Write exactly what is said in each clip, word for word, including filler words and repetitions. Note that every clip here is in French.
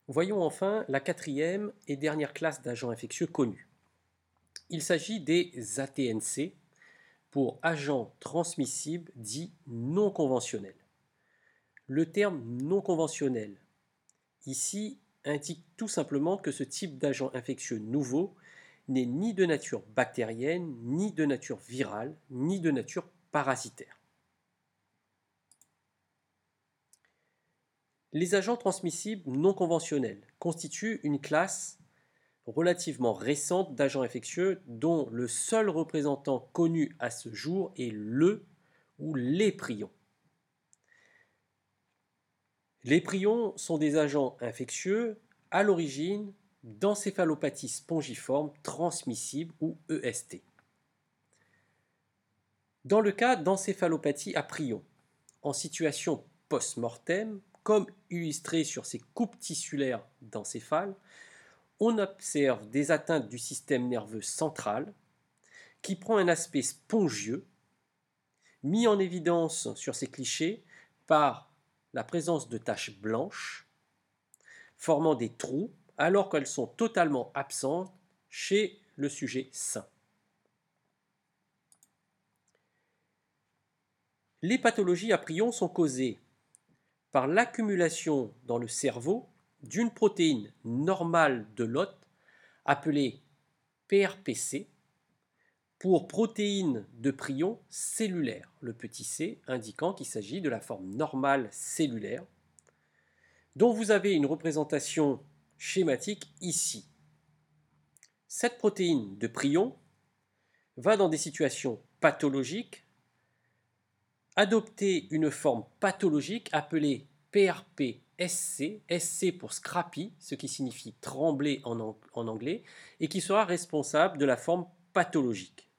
Voyons enfin la quatrième et dernière classe d'agents infectieux connus. Il s'agit des A T N C pour agents transmissibles dits non conventionnels. Le terme non conventionnel ici indique tout simplement que ce type d'agent infectieux nouveau n'est ni de nature bactérienne, ni de nature virale, ni de nature parasitaire. Les agents transmissibles non conventionnels constituent une classe relativement récente d'agents infectieux dont le seul représentant connu à ce jour est le ou les prions. Les prions sont des agents infectieux à l'origine d'encéphalopathie spongiforme transmissible ou E S T. Dans le cas d'encéphalopathie à prions, en situation post-mortem, comme illustré sur ces coupes tissulaires d'encéphale, on observe des atteintes du système nerveux central qui prend un aspect spongieux, mis en évidence sur ces clichés par la présence de taches blanches formant des trous alors qu'elles sont totalement absentes chez le sujet sain. Les pathologies à prions sont causées par l'accumulation dans le cerveau d'une protéine normale de l'hôte appelée P R P C pour protéine de prion cellulaire, le petit c indiquant qu'il s'agit de la forme normale cellulaire, dont vous avez une représentation schématique ici. Cette protéine de prion va dans des situations pathologiques adopter une forme pathologique appelée P R P S C, S C pour Scrappy, ce qui signifie trembler en, ang en anglais, et qui sera responsable de la forme pathologique.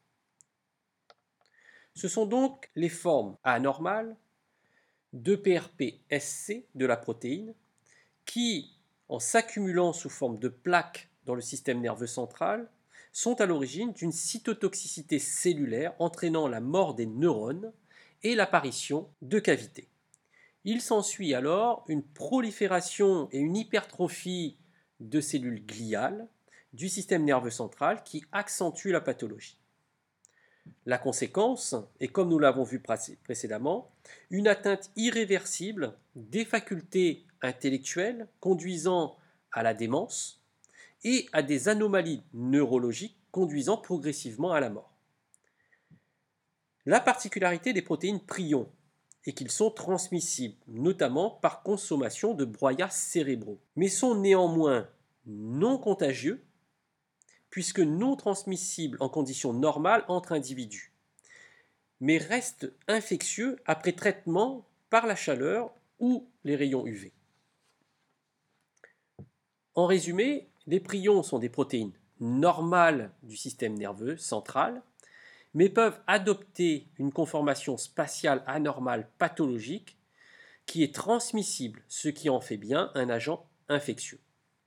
Ce sont donc les formes anormales de P R P S C de la protéine qui, en s'accumulant sous forme de plaques dans le système nerveux central, sont à l'origine d'une cytotoxicité cellulaire entraînant la mort des neurones et l'apparition de cavités. Il s'ensuit alors une prolifération et une hypertrophie de cellules gliales du système nerveux central qui accentue la pathologie. La conséquence est, comme nous l'avons vu précédemment, une atteinte irréversible des facultés intellectuelles conduisant à la démence et à des anomalies neurologiques conduisant progressivement à la mort. La particularité des protéines prions est qu'ils sont transmissibles, notamment par consommation de broyats cérébraux, mais sont néanmoins non contagieux puisque non transmissibles en conditions normales entre individus, mais restent infectieux après traitement par la chaleur ou les rayons U V. En résumé, les prions sont des protéines normales du système nerveux central, mais peuvent adopter une conformation spatiale anormale pathologique qui est transmissible, ce qui en fait bien un agent infectieux.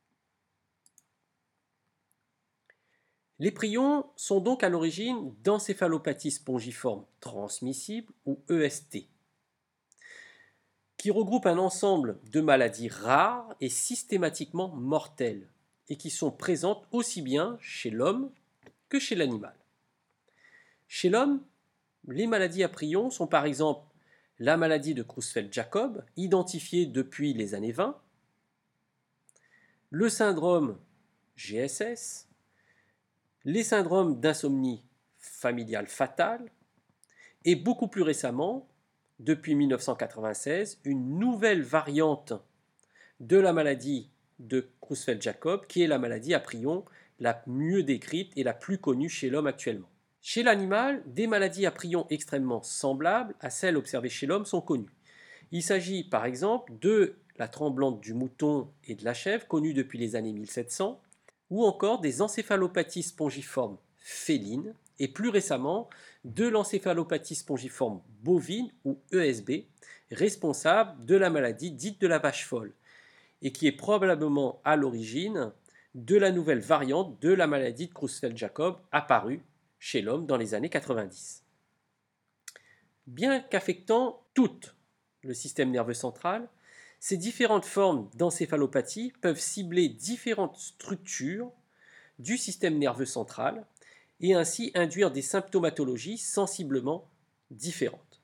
Les prions sont donc à l'origine d'encéphalopathie spongiforme transmissible ou E S T, qui regroupe un ensemble de maladies rares et systématiquement mortelles, et qui sont présentes aussi bien chez l'homme que chez l'animal. Chez l'homme, les maladies à prions sont par exemple la maladie de Creutzfeldt-Jakob, identifiée depuis les années vingt, le syndrome G S S, les syndromes d'insomnie familiale fatale, et beaucoup plus récemment, depuis mille neuf cent quatre-vingt-seize, une nouvelle variante de la maladie de Creutzfeldt-Jakob, qui est la maladie à prions la mieux décrite et la plus connue chez l'homme actuellement. Chez l'animal, des maladies à prions extrêmement semblables à celles observées chez l'homme sont connues. Il s'agit par exemple de la tremblante du mouton et de la chèvre, connue depuis les années mille sept cents, ou encore des encéphalopathies spongiformes félines, et plus récemment de l'encéphalopathie spongiforme bovine ou E S B, responsable de la maladie dite de la vache folle, et qui est probablement à l'origine de la nouvelle variante de la maladie de Creutzfeldt-Jakob apparue chez l'homme dans les années quatre-vingt-dix. Bien qu'affectant tout le système nerveux central, Ces différentes formes d'encéphalopathie peuvent cibler différentes structures du système nerveux central et ainsi induire des symptomatologies sensiblement différentes.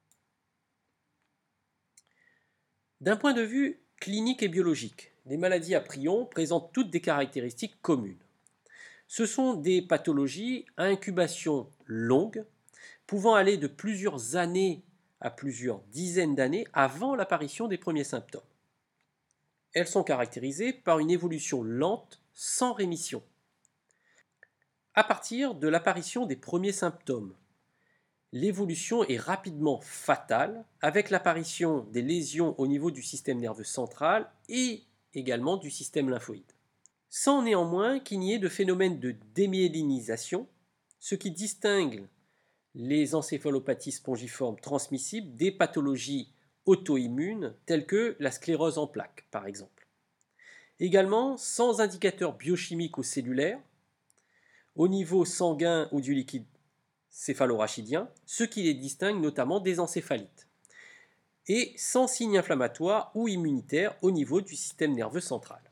D'un point de vue clinique et biologique, les maladies à prions présentent toutes des caractéristiques communes. Ce sont des pathologies à incubation longue, pouvant aller de plusieurs années à plusieurs dizaines d'années avant l'apparition des premiers symptômes. Elles sont caractérisées par une évolution lente, sans rémission. À partir de l'apparition des premiers symptômes, l'évolution est rapidement fatale avec l'apparition des lésions au niveau du système nerveux central et également du système lymphoïde. Sans néanmoins qu'il n'y ait de phénomène de démyélinisation, ce qui distingue les encéphalopathies spongiformes transmissibles des pathologies auto-immunes telles que la sclérose en plaques, par exemple. Également, sans indicateur biochimique ou cellulaire, au niveau sanguin ou du liquide céphalorachidien, ce qui les distingue notamment des encéphalites, et sans signe inflammatoire ou immunitaire au niveau du système nerveux central.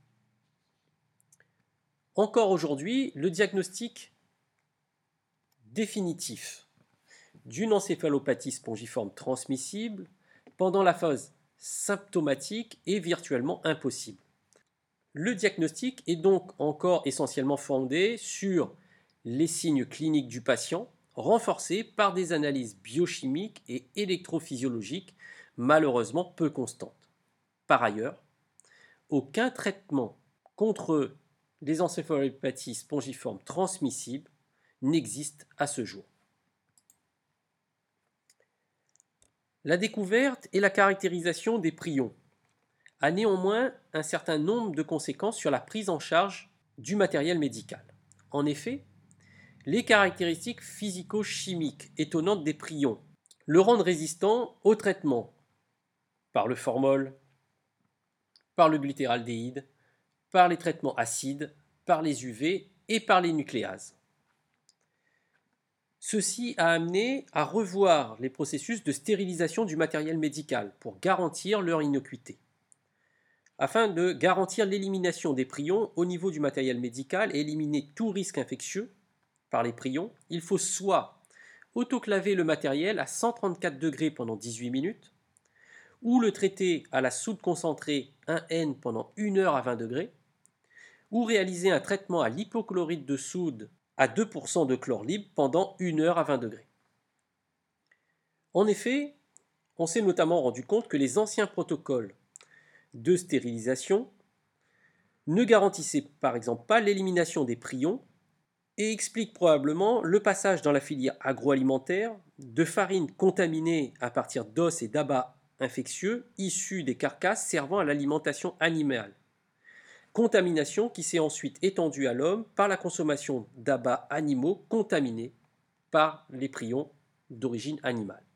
Encore aujourd'hui, le diagnostic définitif d'une encéphalopathie spongiforme transmissible pendant la phase symptomatique est virtuellement impossible. Le diagnostic est donc encore essentiellement fondé sur les signes cliniques du patient, renforcés par des analyses biochimiques et électrophysiologiques malheureusement peu constantes. Par ailleurs, aucun traitement contre les encéphalopathies spongiformes transmissibles n'existe à ce jour. La découverte et la caractérisation des prions a néanmoins un certain nombre de conséquences sur la prise en charge du matériel médical. En effet, les caractéristiques physico-chimiques étonnantes des prions le rendent résistant au traitement par le formol, par le glutéraldéhyde, par les traitements acides, par les U V et par les nucléases. Ceci a amené à revoir les processus de stérilisation du matériel médical pour garantir leur innocuité. Afin de garantir l'élimination des prions au niveau du matériel médical et éliminer tout risque infectieux par les prions, il faut soit autoclaver le matériel à cent trente-quatre degrés pendant dix-huit minutes, ou le traiter à la soude concentrée un N pendant une heure à vingt degrés, ou réaliser un traitement à l'hypochlorite de soude à deux pour cent de chlore libre pendant une heure à vingt degrés. En effet, on s'est notamment rendu compte que les anciens protocoles de stérilisation ne garantissaient par exemple pas l'élimination des prions et expliquent probablement le passage dans la filière agroalimentaire de farines contaminées à partir d'os et d'abats infectieux issus des carcasses servant à l'alimentation animale. Contamination qui s'est ensuite étendue à l'homme par la consommation d'abats animaux contaminés par les prions d'origine animale.